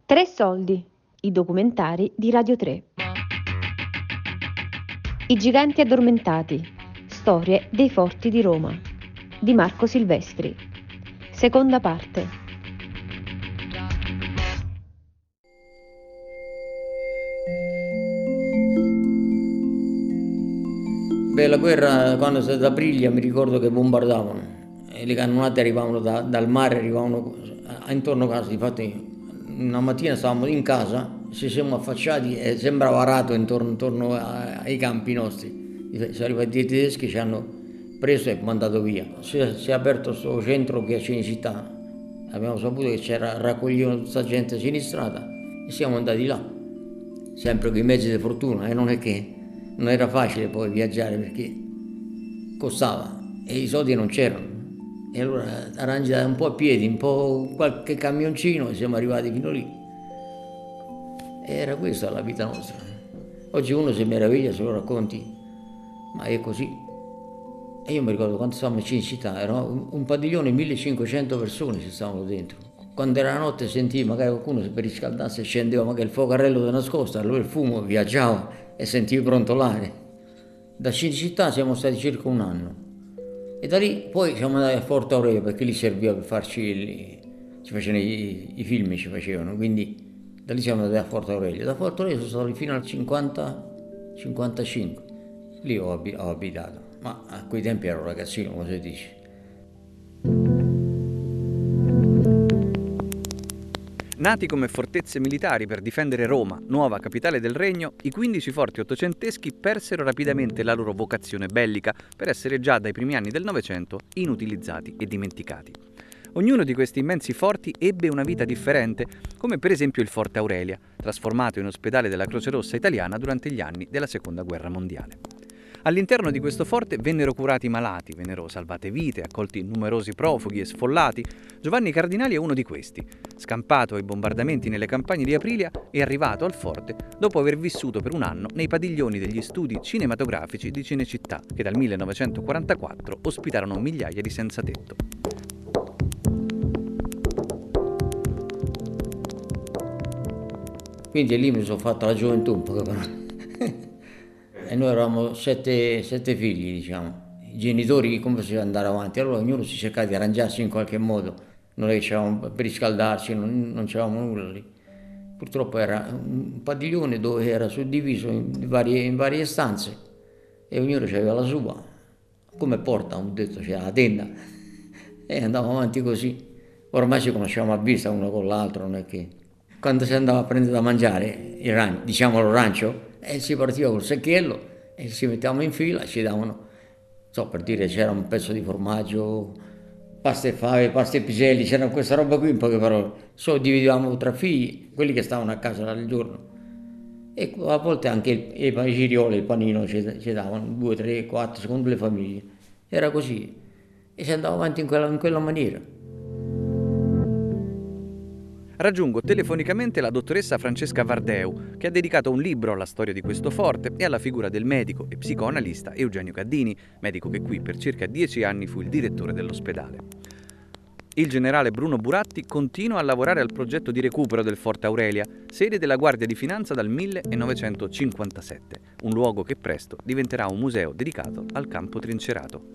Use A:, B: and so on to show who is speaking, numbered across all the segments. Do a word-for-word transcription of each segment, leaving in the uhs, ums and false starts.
A: Tre soldi, i documentari di Radio tre. I giganti addormentati, storie dei forti di Roma, di Marco Silvestri. Seconda parte.
B: Beh, la guerra, quando è stata a Briglia, mi ricordo che bombardavano e le cannonate arrivavano da- dal mare, arrivavano a- intorno a casa. Infatti, una mattina stavamo in casa, ci siamo affacciati e sembrava arato intorno, intorno a- ai campi nostri. Sono arrivati i tedeschi, ci hanno preso e mandato via. Si è, si è aperto questo centro qui a Cinecittà. Abbiamo saputo che c'era, raccoglievano tutta questa gente sinistrata e siamo andati là, sempre con i mezzi di fortuna, e non è che non era facile poi viaggiare perché costava e i soldi non c'erano. E allora arrangiati un po' a piedi, un po' qualche camioncino e siamo arrivati fino lì. E era questa la vita nostra. Oggi uno si meraviglia se lo racconti, ma è così. E io mi ricordo quando stavamo in Cinecittà, era un, un padiglione, millecinquecento persone ci stavano dentro. Quando era la notte sentivi magari qualcuno per riscaldarsi scendeva magari il focarello da nascosto, allora il fumo viaggiava e sentivi brontolare. Da Cinecittà siamo stati circa un anno e da lì poi siamo andati a Forte Aurelia perché lì serviva per farci il- ci facevano i, i film, ci facevano, quindi da lì siamo andati a Forte Aurelia. Da Forte Aurelia sono stato fino al cinquanta cinquantacinque, lì ho, abi- ho abitato, ma a quei tempi ero ragazzino, come si dice.
C: Nati come fortezze militari per difendere Roma, nuova capitale del regno, i quindici forti ottocenteschi persero rapidamente la loro vocazione bellica per essere già dai primi anni del Novecento inutilizzati e dimenticati. Ognuno di questi immensi forti ebbe una vita differente, come per esempio il Forte Aurelia, trasformato in ospedale della Croce Rossa italiana durante gli anni della Seconda Guerra Mondiale. All'interno di questo forte vennero curati i malati, vennero salvate vite, accolti numerosi profughi e sfollati. Giovanni Cardinali è uno di questi. Scampato ai bombardamenti nelle campagne di Aprilia, è arrivato al forte dopo aver vissuto per un anno nei padiglioni degli studi cinematografici di Cinecittà, che dal millenovecentoquarantaquattro ospitarono migliaia di senzatetto.
B: Quindi lì mi sono fatto la gioventù un po', però. E noi eravamo sette, sette figli, diciamo. I genitori come facevano andare avanti? Allora ognuno si cercava di arrangiarsi in qualche modo. Non è che c'avevamo per riscaldarci, non, non c'avevamo nulla lì. Purtroppo era un padiglione dove era suddiviso in varie, in varie stanze e ognuno aveva la sua. Come porta, ho detto, c'era la tenda. E andavamo avanti così. Ormai ci conosciamo a vista uno con l'altro, non è che quando si andava a prendere da mangiare, il ran- diciamo lo rancio, e si partiva col secchiello e ci mettevamo in fila, ci davano, so per dire, c'era un pezzo di formaggio, pasta e fave, pasta e piselli, c'era questa roba qui in poche parole. So dividevamo tra figli, quelli che stavano a casa dal giorno. E a volte anche il, i i cirioli, il panino ci, ci davano, due, tre, quattro, secondo le famiglie. Era così. E si andava avanti in quella, in quella maniera.
C: Raggiungo telefonicamente la dottoressa Francesca Vardeu, che ha dedicato un libro alla storia di questo forte e alla figura del medico e psicoanalista Eugenio Caddini, medico che qui per circa dieci anni fu il direttore dell'ospedale. Il generale Bruno Buratti continua a lavorare al progetto di recupero del Forte Aurelia, sede della Guardia di Finanza dal millenovecentocinquantasette, un luogo che presto diventerà un museo dedicato al campo trincerato.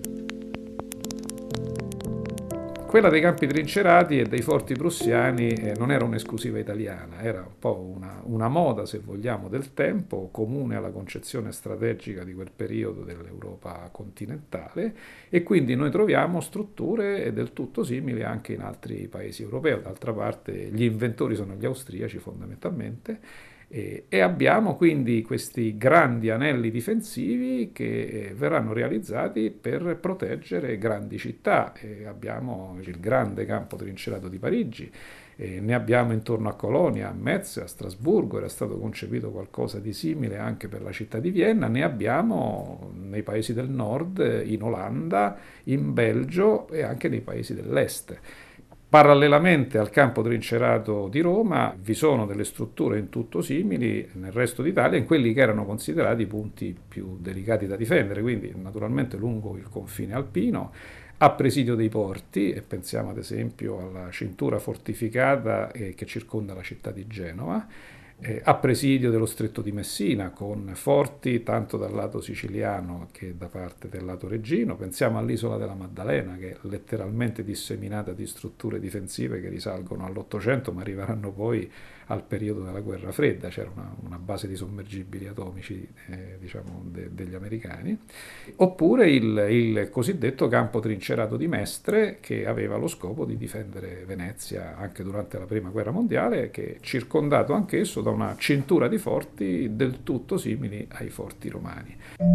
D: Quella dei campi trincerati e dei forti prussiani eh, non era un'esclusiva italiana, era un po' una, una moda, se vogliamo, del tempo, comune alla concezione strategica di quel periodo dell'Europa continentale, e quindi noi troviamo strutture del tutto simili anche in altri paesi europei. D'altra parte gli inventori sono gli austriaci fondamentalmente, e, e abbiamo quindi questi grandi anelli difensivi che eh, verranno realizzati per proteggere grandi città. E abbiamo il grande campo trincerato di Parigi, e ne abbiamo intorno a Colonia, a Metz, a Strasburgo, era stato concepito qualcosa di simile anche per la città di Vienna, ne abbiamo nei paesi del nord, in Olanda, in Belgio e anche nei paesi dell'est. Parallelamente al campo trincerato di Roma vi sono delle strutture in tutto simili nel resto d'Italia, in quelli che erano considerati i punti più delicati da difendere, quindi naturalmente lungo il confine alpino, a presidio dei porti, e pensiamo ad esempio alla cintura fortificata eh, che circonda la città di Genova, eh, a presidio dello Stretto di Messina, con forti tanto dal lato siciliano che da parte del lato reggino. Pensiamo all'isola della Maddalena, che è letteralmente disseminata di strutture difensive che risalgono all'Ottocento, ma arriveranno poi al periodo della guerra fredda. C'era una, una base di sommergibili atomici eh, diciamo, de, degli americani. Oppure il, il cosiddetto campo trincerato di Mestre, che aveva lo scopo di difendere Venezia anche durante la prima guerra mondiale, che è circondato anch'esso da una cintura di forti del tutto simili ai forti romani.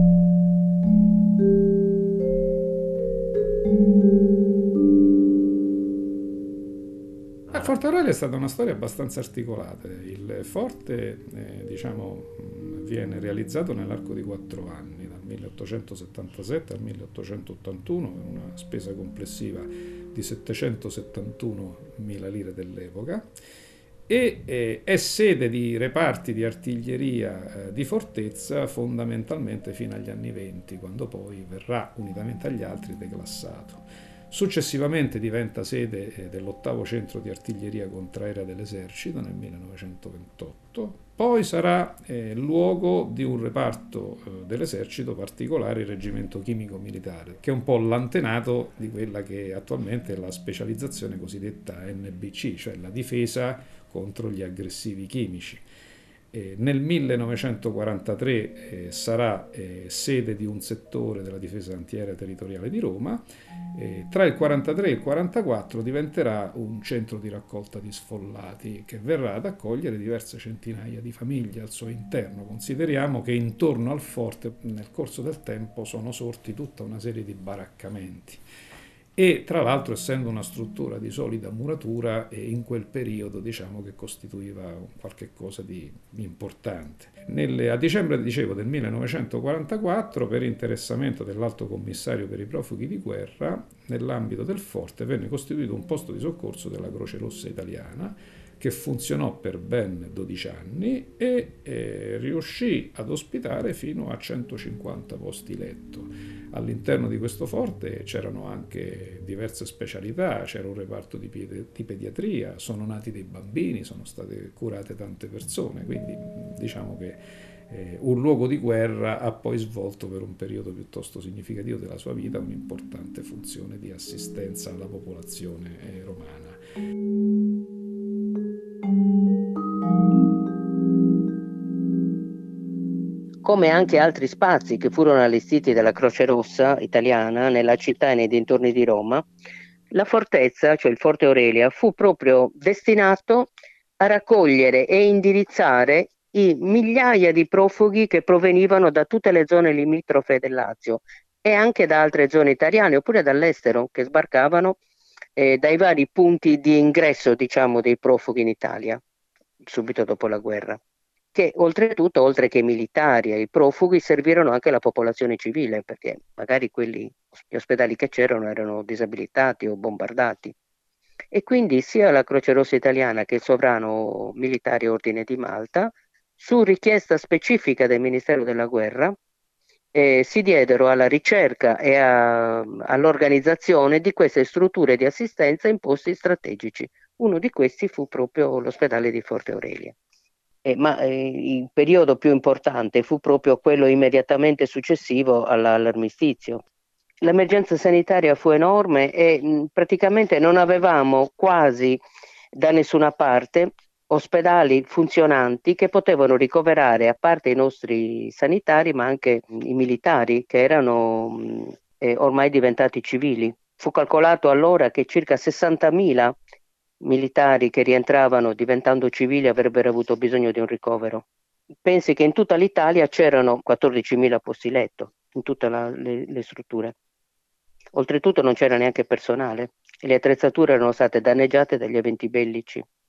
D: Forte Aurelia è stata una storia abbastanza articolata. Il forte eh, diciamo, viene realizzato nell'arco di quattro anni, dal milleottocentosettantasette al milleottocentottantuno, con una spesa complessiva di settecentosettantunomila lire dell'epoca, e eh, è sede di reparti di artiglieria eh, di fortezza fondamentalmente fino agli anni venti, quando poi verrà, unitamente agli altri, declassato. Successivamente diventa sede dell'ottavo centro di artiglieria contraerea dell'esercito nel millenovecentoventotto, poi sarà eh, luogo di un reparto eh, dell'esercito particolare, il reggimento chimico militare, che è un po' l'antenato di quella che attualmente è la specializzazione cosiddetta N B C, cioè la difesa contro gli aggressivi chimici. Eh, nel millenovecentoquarantatré eh, sarà eh, sede di un settore della difesa antiaerea territoriale di Roma. Eh, tra il quarantatré e il quarantaquattro diventerà un centro di raccolta di sfollati che verrà ad accogliere diverse centinaia di famiglie al suo interno. Consideriamo che intorno al forte nel corso del tempo sono sorti tutta una serie di baraccamenti. E tra l'altro, essendo una struttura di solida muratura, eh, in quel periodo diciamo che costituiva qualche cosa di importante. Nelle, a dicembre, dicevo, del millenovecentoquarantaquattro, per interessamento dell'Alto Commissario per i profughi di guerra, nell'ambito del forte venne costituito un posto di soccorso della Croce Rossa Italiana, che funzionò per ben dodici anni e eh, riuscì ad ospitare fino a centocinquanta posti letto. All'interno di questo forte c'erano anche diverse specialità, c'era un reparto di, pedi- di pediatria, sono nati dei bambini, sono state curate tante persone, quindi diciamo che eh, un luogo di guerra ha poi svolto per un periodo piuttosto significativo della sua vita un'importante funzione di assistenza alla popolazione eh, romana.
E: Come anche altri spazi che furono allestiti dalla Croce Rossa Italiana nella città e nei dintorni di Roma, la fortezza, cioè il Forte Aurelia, fu proprio destinato a raccogliere e indirizzare i migliaia di profughi che provenivano da tutte le zone limitrofe del Lazio e anche da altre zone italiane oppure dall'estero, che sbarcavano eh, dai vari punti di ingresso, diciamo, dei profughi in Italia subito dopo la guerra, che oltretutto, oltre che i militari e i profughi, servirono anche la popolazione civile, perché magari quelli, gli ospedali che c'erano erano disabilitati o bombardati. E quindi sia la Croce Rossa Italiana che il Sovrano Militare Ordine di Malta, su richiesta specifica del Ministero della Guerra, eh, si diedero alla ricerca e a, all'organizzazione di queste strutture di assistenza in posti strategici. Uno di questi fu proprio l'ospedale di Forte Aurelia. Eh, ma eh, il periodo più importante fu proprio quello immediatamente successivo alla, all'armistizio. L'emergenza sanitaria fu enorme e mh, praticamente non avevamo quasi da nessuna parte ospedali funzionanti che potevano ricoverare, a parte i nostri sanitari, ma anche i militari che erano mh, eh, ormai diventati civili. Fu calcolato allora che circa sessantamila militari che rientravano diventando civili avrebbero avuto bisogno di un ricovero. Pensi che in tutta l'Italia c'erano quattordicimila posti letto in tutte la, le, le strutture. Oltretutto non c'era neanche personale e le attrezzature erano state danneggiate dagli eventi bellici.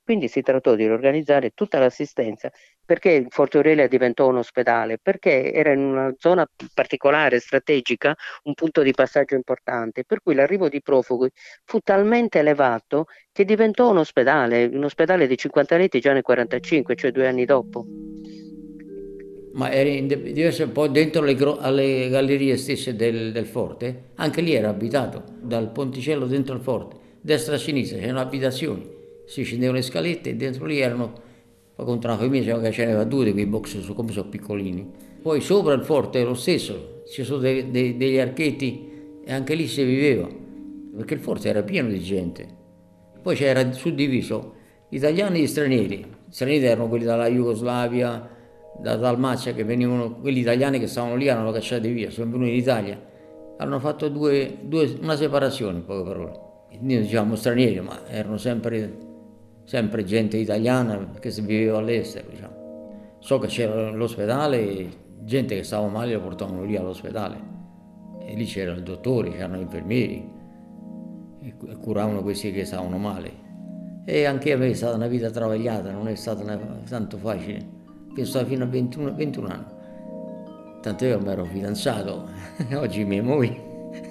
E: Quindi si trattò di riorganizzare tutta l'assistenza. Perché il Forte Aurelia diventò un ospedale? Perché era in una zona particolare, strategica, un punto di passaggio importante, per cui l'arrivo di profughi fu talmente elevato che diventò un ospedale, un ospedale di cinquanta letti già nel quarantacinque, cioè due anni dopo.
B: Ma era in de- diverso poi dentro le, gro- alle gallerie stesse del, del forte, anche lì era abitato, dal ponticello dentro il forte, destra e sinistra c'erano abitazioni, si scendevano le scalette e dentro lì erano, poi contro una famiglia che ce n'aveva due di quei box, so- come sono piccolini. Poi sopra il forte è lo stesso, ci sono dei- dei- degli archetti e anche lì si viveva, perché il forte era pieno di gente. Poi c'era suddiviso italiani e stranieri. Gli stranieri erano quelli dalla Jugoslavia, da Dalmazia, che venivano, quelli italiani che stavano lì erano cacciati via, sono venuti in Italia. Hanno fatto due, due- una separazione, in poche parole. Noi diciamo stranieri, ma erano sempre, sempre gente italiana che si viveva all'estero, diciamo. So che c'era l'ospedale, gente che stava male lo portavano lì all'ospedale. E lì c'era il dottore, c'erano gli infermieri e curavano questi che stavano male. E anche a me è stata una vita travagliata, non è stata una- tanto facile. Penso fino a ventuno, ventuno anni. Tanto io mi ero fidanzato, oggi mia moglie.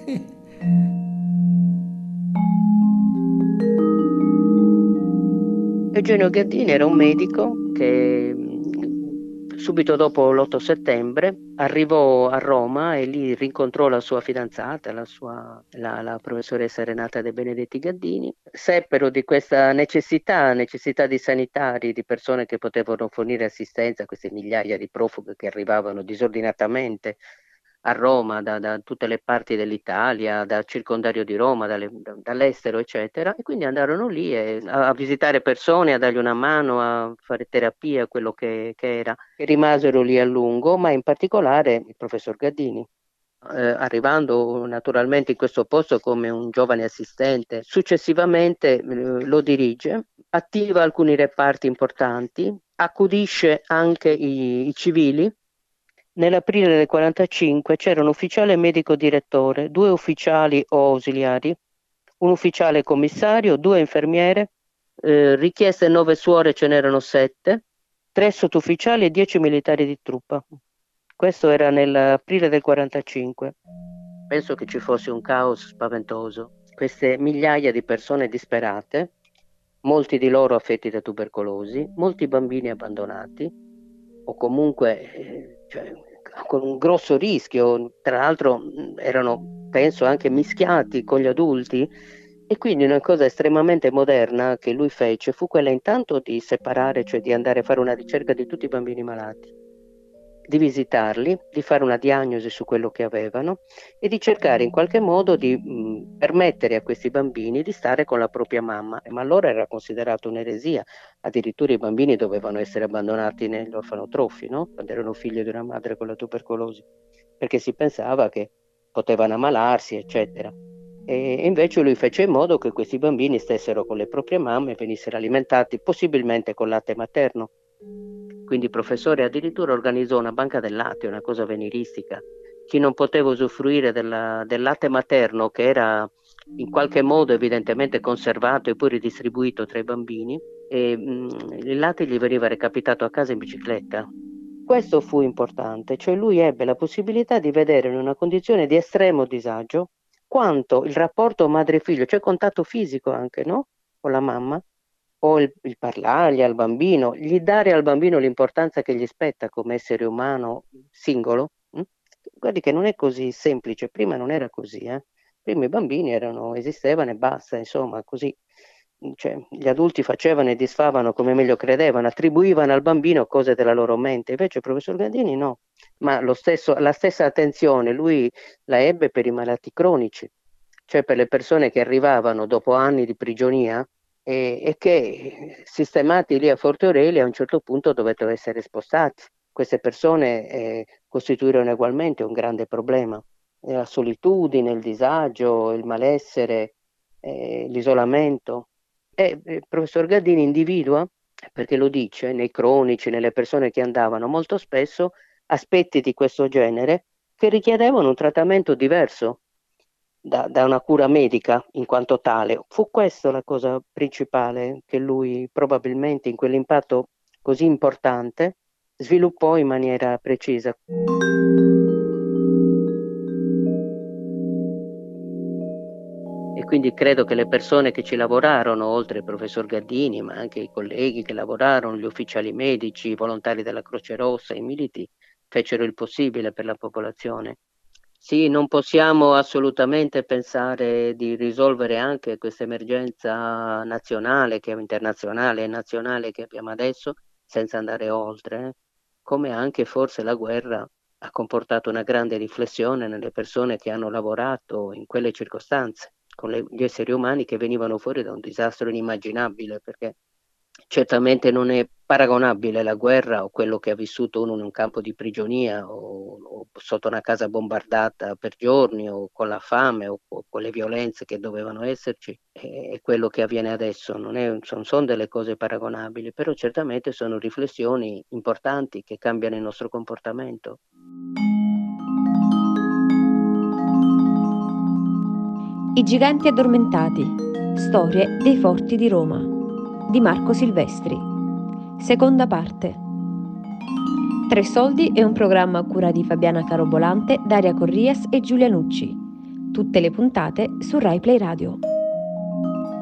E: Eugenio Gaddini era un medico che mh, subito dopo l'otto settembre arrivò a Roma e lì rincontrò la sua fidanzata, la, sua, la, la professoressa Renata De Benedetti Gaddini. Seppero di questa necessità, necessità di sanitari, di persone che potevano fornire assistenza a queste migliaia di profughi che arrivavano disordinatamente a Roma, da, da tutte le parti dell'Italia, dal circondario di Roma, dalle- da- dall'estero, eccetera, e quindi andarono lì e- a, a visitare persone, a dargli una mano, a fare terapia, quello che, che era. E rimasero lì a lungo, ma in particolare il professor Gaddini. Eh, arrivando naturalmente in questo posto come un giovane assistente, successivamente eh, lo dirige, attiva alcuni reparti importanti, accudisce anche i, i civili. Nell'aprile del quarantacinque c'era un ufficiale medico direttore, due ufficiali o ausiliari, un ufficiale commissario, due infermiere, eh, richieste nove suore, ce n'erano sette, tre sottufficiali e dieci militari di truppa. Questo era nell'aprile del quarantacinque. Penso che ci fosse un caos spaventoso. Queste migliaia di persone disperate, molti di loro affetti da tubercolosi, molti bambini abbandonati o comunque eh, cioè, con un grosso rischio, tra l'altro mh, erano, penso, anche mischiati con gli adulti. E quindi una cosa estremamente moderna che lui fece fu quella intanto di separare, cioè di andare a fare una ricerca di tutti i bambini malati, di visitarli, di fare una diagnosi su quello che avevano e di cercare in qualche modo di mh, permettere a questi bambini di stare con la propria mamma. Ma allora era considerato un'eresia, addirittura i bambini dovevano essere abbandonati negli orfanotrofi, no? Quando erano figli di una madre con la tubercolosi, perché si pensava che potevano ammalarsi, eccetera. E invece lui fece in modo che questi bambini stessero con le proprie mamme e venissero alimentati possibilmente con latte materno. Quindi il professore addirittura organizzò una banca del latte, una cosa avveniristica. Chi non poteva usufruire della, del latte materno, che era in qualche modo evidentemente conservato e poi ridistribuito tra i bambini, e, mh, il latte gli veniva recapitato a casa in bicicletta. Questo fu importante, cioè lui ebbe la possibilità di vedere in una condizione di estremo disagio quanto il rapporto madre-figlio, cioè contatto fisico anche, no? Con la mamma, o il, il parlargli al bambino, gli dare al bambino l'importanza che gli spetta come essere umano singolo. Hm? Guardi che non è così semplice, prima non era così, eh? Prima i bambini erano, esistevano e basta, insomma, così. Cioè, gli adulti facevano e disfavano come meglio credevano, attribuivano al bambino cose della loro mente, invece il professor Gandini no, ma lo stesso, la stessa attenzione lui la ebbe per i malati cronici, cioè per le persone che arrivavano dopo anni di prigionia e, e che sistemati lì a Forte Aurelia a un certo punto dovettero essere spostati. Queste persone eh, costituirono ugualmente un grande problema. Eh, La solitudine, il disagio, il malessere, eh, l'isolamento. E eh, il professor Gaddini individua, perché lo dice nei cronici, nelle persone che andavano, molto spesso aspetti di questo genere che richiedevano un trattamento diverso da, da una cura medica in quanto tale. Fu questa la cosa principale che lui probabilmente in quell'impatto così importante sviluppò in maniera precisa. E quindi credo che le persone che ci lavorarono, oltre il professor Gaddini, ma anche i colleghi che lavorarono, gli ufficiali medici, i volontari della Croce Rossa, i militi, fecero il possibile per la popolazione. Sì, non possiamo assolutamente pensare di risolvere anche questa emergenza nazionale, che è internazionale e nazionale che abbiamo adesso, senza andare oltre, eh. Come anche forse la guerra ha comportato una grande riflessione nelle persone che hanno lavorato in quelle circostanze, con le, gli esseri umani che venivano fuori da un disastro inimmaginabile, perché certamente non è paragonabile la guerra o quello che ha vissuto uno in un campo di prigionia o, o sotto una casa bombardata per giorni o con la fame o, o con le violenze che dovevano esserci e, e quello che avviene adesso. Non, è, non sono delle cose paragonabili, però certamente sono riflessioni importanti che cambiano il nostro comportamento.
A: I giganti addormentati. Storie dei forti di Roma di Marco Silvestri. Seconda parte. Tre soldi è un programma a cura di Fabiana Carobolante, Daria Corrias e Giulia Nucci. Tutte le puntate su Rai Play Radio.